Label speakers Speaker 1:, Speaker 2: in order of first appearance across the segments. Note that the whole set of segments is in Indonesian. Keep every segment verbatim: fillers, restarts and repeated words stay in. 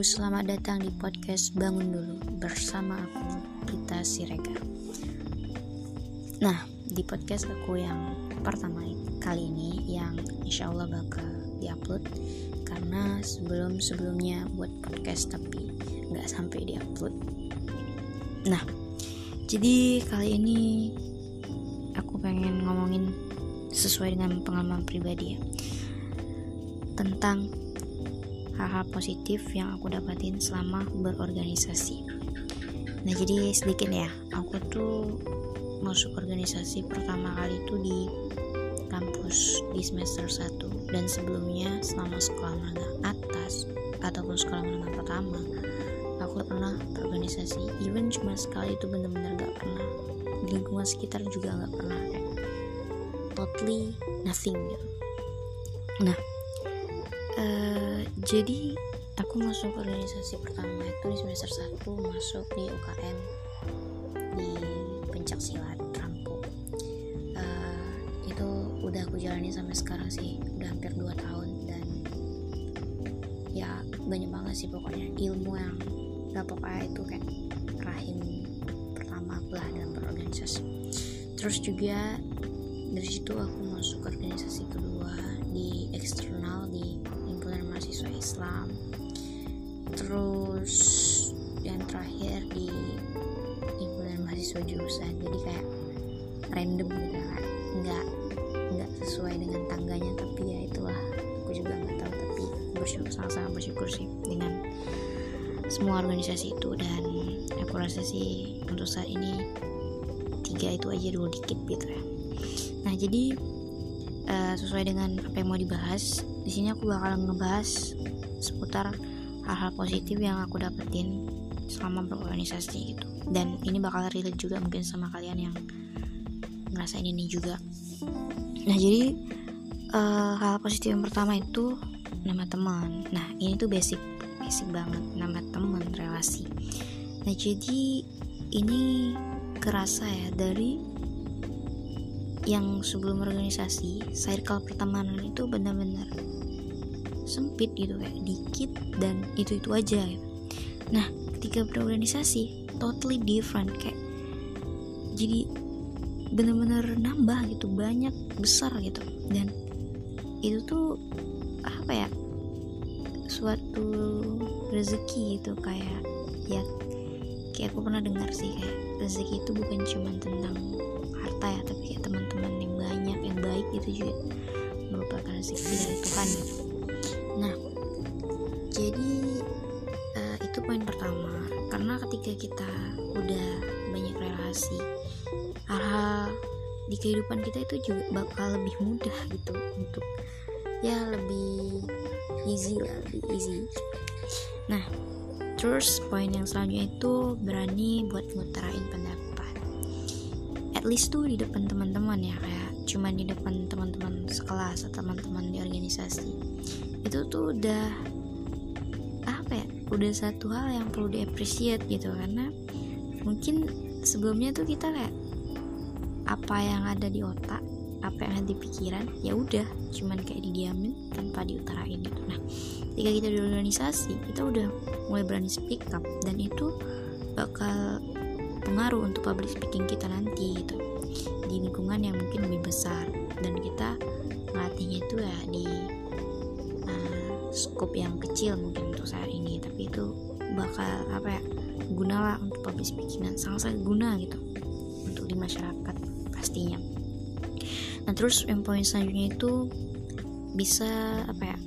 Speaker 1: selamat datang di podcast Bangun Dulu bersama aku, Rita Sirega. Nah, di podcast aku yang pertama kali ini yang insya Allah bakal diupload, karena sebelum-sebelumnya buat podcast tapi gak sampai diupload. Nah, jadi kali ini aku pengen ngomongin sesuai dengan pengalaman pribadi ya, tentang hal-hal positif yang aku dapatin selama berorganisasi. Nah, jadi sedikit ya, aku tuh masuk organisasi pertama kali itu di kampus di semester satu, dan sebelumnya selama sekolah menengah atas ataupun sekolah menengah pertama aku gak pernah berorganisasi. Even cuma sekali itu bener-bener gak pernah. Di lingkungan sekitar juga gak pernah, totally nothing gitu. Nah, Uh, jadi aku masuk organisasi pertama itu di semester satu, masuk di U K M di pencaksilat Rangpo. Uh, itu udah aku jalani sampai sekarang sih, udah hampir dua tahun, dan ya banyak banget sih pokoknya ilmu yang gak pokoknya itu kayak rahim pertama aku lah dalam berorganisasi. Terus juga dari situ aku masuk organisasi kedua di eksternal di mahasiswa Islam. Terus yang terakhir di himpunan mahasiswa jurusan. Jadi kayak random gitu kan, nggak nggak sesuai dengan tangganya, tapi ya itulah, aku juga nggak tahu, tapi bersyukur, sangat-sangat bersyukur sih dengan semua organisasi itu. Dan aku rasa sih untuk saat ini tiga itu aja dulu dikit gitu ya. Nah, jadi uh, sesuai dengan apa yang mau dibahas di sini, aku bakal ngebahas seputar hal-hal positif yang aku dapetin selama berorganisasi gitu. Dan ini bakal relate juga mungkin sama kalian yang ngerasain ini juga. Nah, jadi uh, hal positif yang pertama itu nama teman. Nah, ini tuh basic basic banget, nama teman, relasi. Nah, jadi ini kerasa ya dari yang sebelum organisasi, circle pertemanan itu benar-benar sempit gitu, kayak dikit dan itu-itu aja gitu. Nah, ketika berorganisasi totally different, kayak jadi benar-benar nambah gitu, banyak, besar gitu. Dan itu tuh apa ya, suatu rezeki gitu, kayak ya kayak aku pernah dengar sih, kayak rezeki itu bukan cuma tentang harta ya, tapi kayak teman-teman yang banyak, yang baik, itu juga merupakan rezeki dari Tuhan gitu. Nah, jadi uh, itu poin pertama, karena ketika kita udah banyak relasi, hal-hal di kehidupan kita itu juga bakal lebih mudah gitu, untuk ya lebih easy lah, lebih easy. Nah, terus poin yang selanjutnya itu berani buat ngutarain pendapat. At least tuh di depan teman-teman ya, kayak cuma di depan teman-teman sekelas atau teman-teman di organisasi. Itu tuh udah apa ya, udah satu hal yang perlu di-appreciate gitu, karena mungkin sebelumnya tuh kita kayak apa yang ada di otak, apa yang ada di pikiran, ya udah cuman kayak didiamin tanpa diutarain gitu. Nah, ketika kita di organisasi, kita udah mulai berani speak up, dan itu bakal pengaruh untuk public speaking kita nanti gitu, di lingkungan yang mungkin lebih besar, dan kita melatihnya itu ya di uh, skop yang kecil mungkin untuk saat ini, tapi itu bakal apa ya, guna lah untuk public speaking, dan sangat-sangat guna gitu untuk di masyarakat pastinya. Nah, terus yang poin selanjutnya itu bisa apa ya,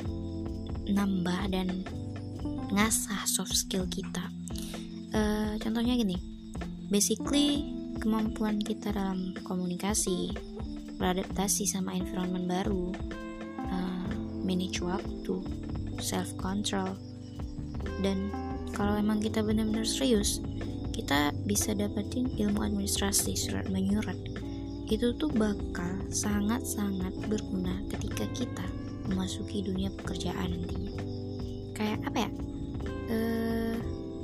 Speaker 1: nambah dan ngasah soft skill kita. Uh, contohnya gini, basically kemampuan kita dalam komunikasi, beradaptasi sama environment baru, uh, manage waktu, self control, dan kalau emang kita benar-benar serius, kita bisa dapetin ilmu administrasi, surat menyurat. Itu tuh bakal sangat-sangat berguna ketika kita memasuki dunia pekerjaan nantinya. Kayak apa ya, uh,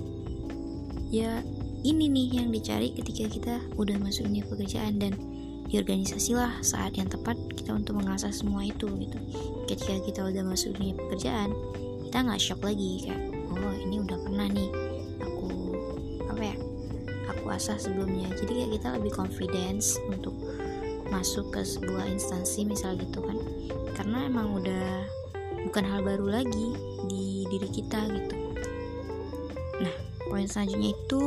Speaker 1: ya ini nih yang dicari ketika kita udah masuk dunia pekerjaan, dan di organisasi lah saat yang tepat kita untuk mengasah semua itu gitu. Ketika kita udah masuk dunia pekerjaan, kita nggak shock lagi kayak oh ini udah pernah nih aku apa ya aku asah sebelumnya. Jadi kayak kita lebih confidence untuk masuk ke sebuah instansi misal gitu kan, karena emang udah bukan hal baru lagi di diri kita gitu. Nah poin selanjutnya itu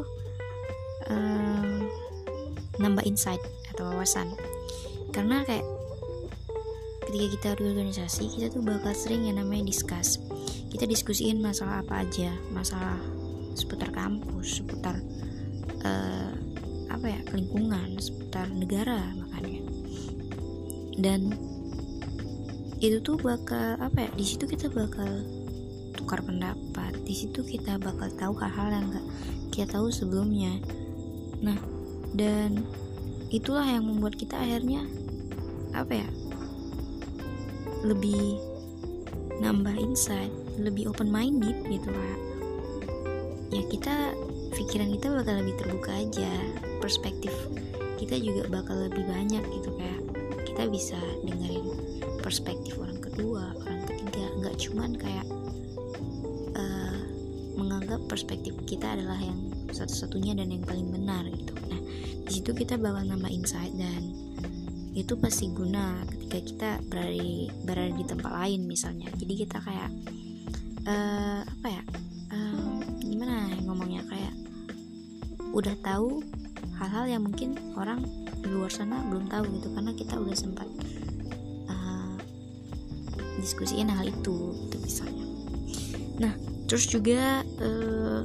Speaker 1: um, nambah insight atau wawasan, karena kayak ketika kita di organisasi kita tuh bakal sering yang namanya discuss. Kita diskusiin masalah apa aja, masalah seputar kampus, seputar uh, apa ya lingkungan, seputar negara makanya. Dan itu tuh bakal apa ya, di situ kita bakal tukar pendapat, di situ kita bakal tahu hal-hal yang gak kita tahu sebelumnya. Nah dan itulah yang membuat kita akhirnya apa ya lebih nambah insight, lebih open minded gitu lah ya. Kita pikiran kita bakal lebih terbuka aja, perspektif kita juga bakal lebih banyak gitu, kayak kita bisa dengerin perspektif orang kedua, orang ketiga, nggak cuman kayak uh, menganggap perspektif kita adalah yang satu-satunya dan yang paling benar gitu. Nah di situ kita bakal nambah insight, dan itu pasti guna ketika kita berada di, berada di tempat lain misalnya. Jadi kita kayak uh, apa ya uh, gimana ngomongnya, kayak udah tahu hal-hal yang mungkin orang di luar sana belum tahu gitu, karena kita udah sempat uh, diskusiin hal itu gitu misalnya. Nah terus juga uh,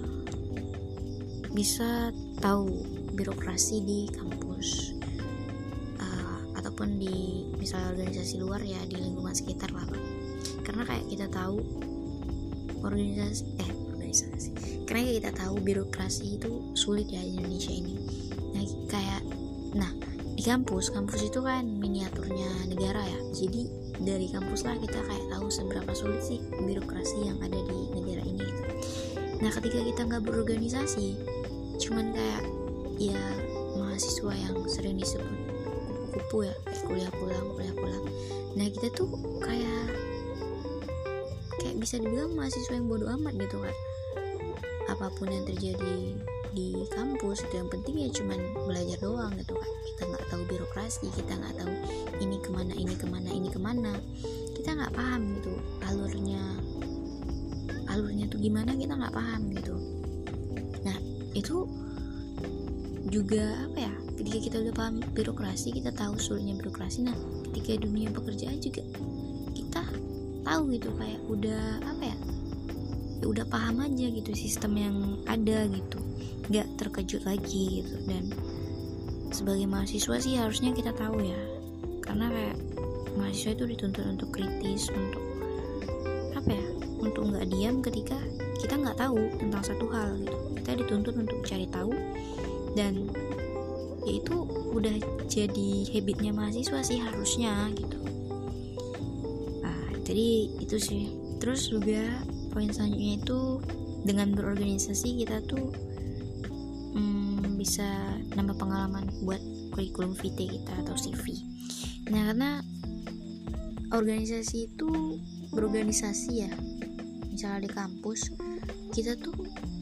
Speaker 1: bisa tahu birokrasi di kampus uh, ataupun di misalnya organisasi luar ya, di lingkungan sekitar lah. Karena kayak kita tahu organisasi eh organisasi karena kayak kita tahu birokrasi itu sulit ya di Indonesia ini. Nah kayak nah di kampus kampus itu kan miniaturnya negara ya, jadi dari kampus lah kita kayak tahu seberapa sulit sih birokrasi yang ada di negara ini gitu. Nah ketika kita nggak berorganisasi, cuman kayak ya mahasiswa yang sering disebut kupu-kupu ya, kayak kuliah pulang kuliah pulang. Nah kita tuh kayak kayak bisa dibilang mahasiswa yang bodoh amat gitu kan. Apapun yang terjadi di kampus itu yang penting ya cuman belajar doang gitu kan. Kita nggak tahu birokrasi, kita nggak tahu ini kemana ini kemana ini kemana, kita nggak paham gitu alurnya alurnya tuh gimana, kita nggak paham gitu. Nah itu juga apa ya, ketika kita udah paham birokrasi, kita tahu sulitnya birokrasi. Nah ketika dunia pekerjaan juga kita tahu gitu, kayak udah apa ya, ya udah paham aja gitu sistem yang ada gitu, nggak terkejut lagi gitu. Dan sebagai mahasiswa sih harusnya kita tahu ya, karena kayak mahasiswa itu dituntut untuk kritis, untuk apa ya, untuk nggak diam ketika kita nggak tahu tentang satu hal gitu. Kita dituntut untuk cari tahu, dan ya itu udah jadi habitnya mahasiswa sih harusnya gitu. Nah jadi itu sih. Terus juga poin selanjutnya itu dengan berorganisasi kita tuh hmm, bisa nambah pengalaman buat kurikulum vitae kita atau C V. Nah karena organisasi itu berorganisasi ya, misalnya di kampus kita tuh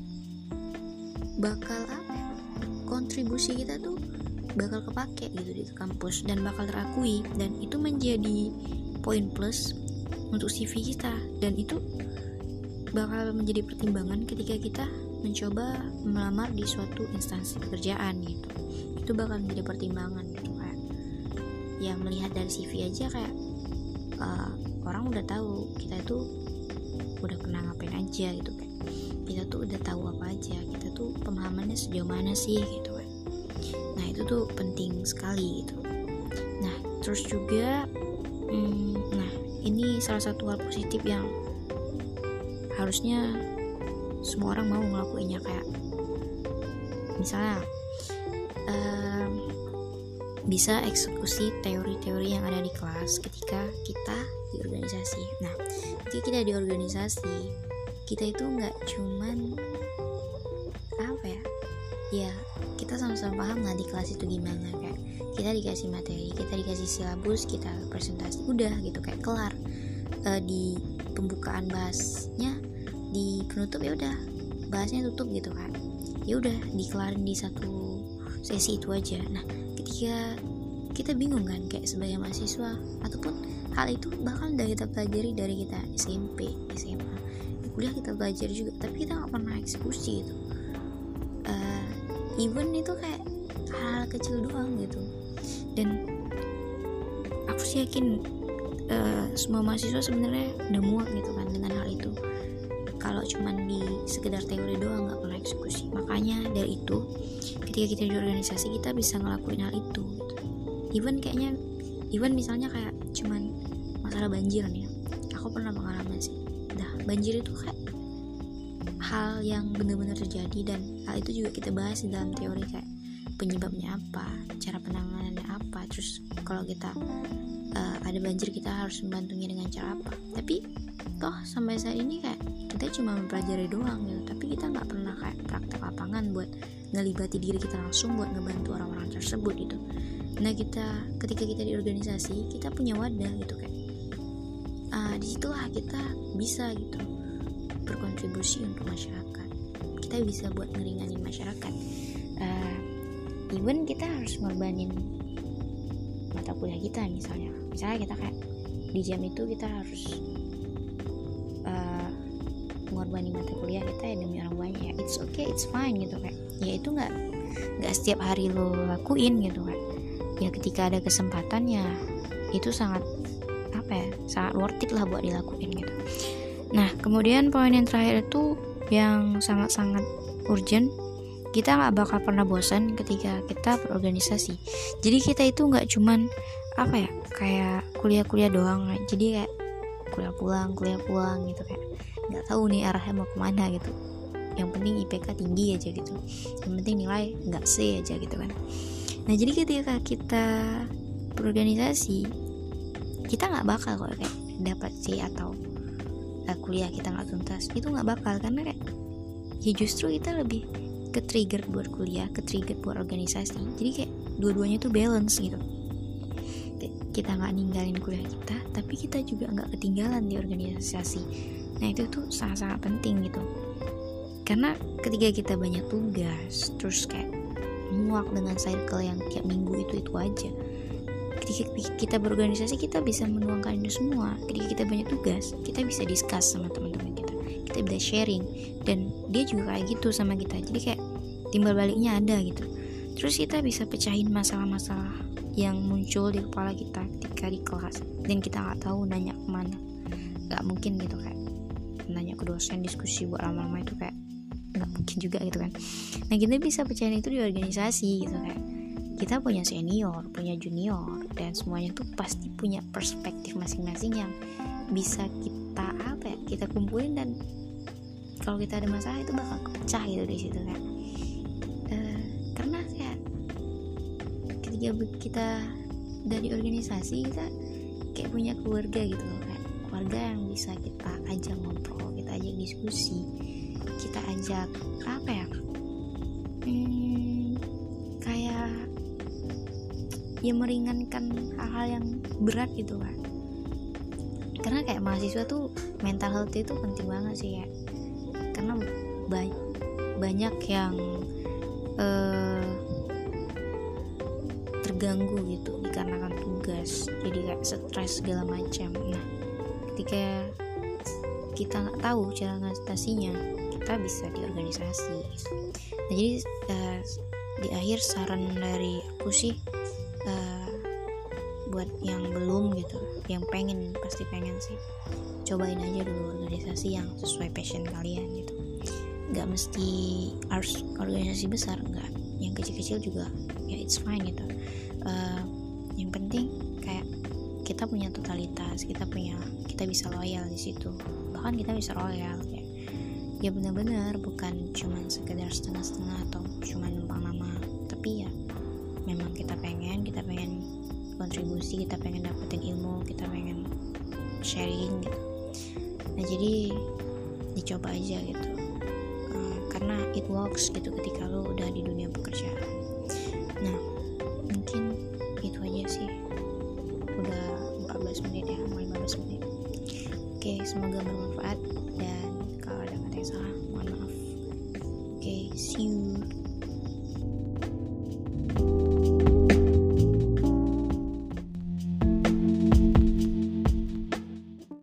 Speaker 1: bakal apa ya, kontribusi kita tuh bakal kepake gitu di kampus dan bakal terakui, dan itu menjadi poin plus untuk C V kita, dan itu bakal menjadi pertimbangan ketika kita mencoba melamar di suatu instansi pekerjaan gitu. Itu bakal menjadi pertimbangan gitu, kayak ya melihat dari C V aja kayak uh, orang udah tahu kita itu udah pernah ngapain aja gitu, kayak kita tuh udah tahu apa aja, kita tuh pemahamannya sejauh mana sih gitu kan. Nah itu tuh penting sekali gitu. Nah terus juga hmm, nah ini salah satu hal positif yang harusnya semua orang mau ngelakuinnya, kayak misalnya um, bisa eksekusi teori-teori yang ada di kelas ketika kita di organisasi. Nah ketika kita di organisasi, kita itu nggak cuman apa ya ya kita sama-sama paham lah di kelas itu gimana, kayak kita dikasih materi, kita dikasih silabus, kita presentasi, udah gitu kayak kelar. E, di pembukaan bahasnya di penutup ya udah bahasnya tutup gitu kan, ya udah dikelarin di satu sesi itu aja. Nah ketika kita bingung kan kayak sebagai mahasiswa, ataupun hal itu bahkan udah kita pelajari dari kita S M P, S M A, di kuliah kita belajar juga, tapi kita nggak pernah eksekusi gitu. Uh, even itu kayak hal kecil doang gitu. Dan aku sih yakin uh, semua mahasiswa sebenarnya udah muak gitu kan dengan hal itu. Kalau cuman di sekedar teori doang nggak pernah eksekusi. Makanya dari itu ketika kita di organisasi kita bisa ngelakuin hal itu gitu. Even kayaknya, even misalnya kayak cuman masalah banjir nih, aku pernah pengalaman sih. Nah banjir itu kayak hal yang benar-benar terjadi, dan hal itu juga kita bahas di dalam teori kayak penyebabnya apa, cara penanganannya apa, terus kalau kita uh, ada banjir kita harus membantunya dengan cara apa. Tapi toh sampai saat ini kayak kita cuma mempelajari doang gitu, tapi kita nggak pernah kayak praktek lapangan buat ngelibati diri kita langsung buat ngebantu orang-orang tersebut gitu. Nah kita ketika kita di organisasi kita punya wadah gitu kan, uh, disitulah kita bisa gitu berkontribusi untuk masyarakat. Kita bisa buat ngeringanin masyarakat. Uh, even kita harus ngorbanin mata kuliah kita misalnya. Misalnya kita kayak di jam itu kita harus uh, ngorbanin mata kuliah kita ya demi orang banyak ya. It's okay, it's fine gitu kan. Ya itu nggak nggak setiap hari lo lakuin gitu kan. Ya ketika ada kesempatan ya itu sangat apa ya sangat worth it lah buat dilakuin gitu. Nah kemudian poin yang terakhir itu yang sangat-sangat urgent, kita nggak bakal pernah bosan ketika kita berorganisasi. Jadi kita itu nggak cuman apa ya kayak kuliah-kuliah doang, jadi kayak kuliah pulang kuliah pulang gitu, kayak nggak tahu nih arahnya mau kemana gitu. Yang penting I P K tinggi aja gitu, yang penting nilai nggak C aja gitu kan. Nah jadi ketika kita berorganisasi kita nggak bakal kok kayak dapat C atau uh, kuliah kita nggak tuntas, itu nggak bakal, karena kayak ya justru kita lebih ke trigger buat kuliah, ke trigger buat organisasi. Jadi kayak dua-duanya tuh balance gitu. Kita nggak ninggalin kuliah kita, tapi kita juga nggak ketinggalan di organisasi. Nah itu tuh sangat-sangat penting gitu. Karena ketika kita banyak tugas, terus kayak muak dengan circle yang tiap minggu itu-itu aja. Ketika kita berorganisasi kita bisa menuangkan itu semua. Ketika kita banyak tugas, kita bisa discuss sama teman-teman kita. Kita bisa sharing, dan dia juga kayak gitu sama kita. Jadi kayak timbal baliknya ada gitu. Terus kita bisa pecahin masalah-masalah yang muncul di kepala kita ketika di kelas, dan kita nggak tahu nanya kemana. Nggak mungkin gitu kayak nanya ke dosen, diskusi buat lama-lama itu kayak nggak mungkin juga gitu kan. Nah kita bisa pecahin itu di organisasi gitu, kayak kita punya senior, punya junior, dan semuanya tuh pasti punya perspektif masing-masing yang bisa kita apa ya kita kumpulin, dan kalau kita ada masalah itu bakal kepecah gitu di situ kan. Uh, karena kayak ketika kita udah di organisasi kita kayak punya keluarga gitu loh, kayak keluarga yang bisa kita ajak ngobrol, kita ajak diskusi, kita ajak apa ya hmm, kayak ya meringankan hal-hal yang berat gitu kan. Karena kayak mahasiswa tuh mental health itu penting banget sih ya, karena ba- banyak yang uh, terganggu gitu dikarenakan tugas, jadi kayak stres segala macam. Nah ketika kita nggak tahu cara ngatasinya, kita bisa di organisasi gitu. Nah jadi uh, di akhir saran dari aku sih uh, buat yang belum gitu, yang pengen, pasti pengen sih, cobain aja dulu organisasi yang sesuai passion kalian gitu. Nggak mesti harus organisasi besar, nggak, yang kecil-kecil juga ya it's fine gitu. Uh, yang penting kayak kita punya totalitas, kita punya kita bisa loyal di situ, bahkan kita bisa loyal ya, ya benar-benar bukan cuman sekedar setengah-setengah atau cuman numpang nama, tapi ya memang kita pengen kita pengen kontribusi, kita pengen dapetin ilmu, kita pengen sharing gitu. Nah jadi dicoba aja gitu, uh, karena it works gitu ketika lo udah di dunia pekerjaan. Nah mungkin itu aja sih, udah empat belas menit ya, mau lima belas menit. Oke, semoga bermanfaat, dan kalau ada see you.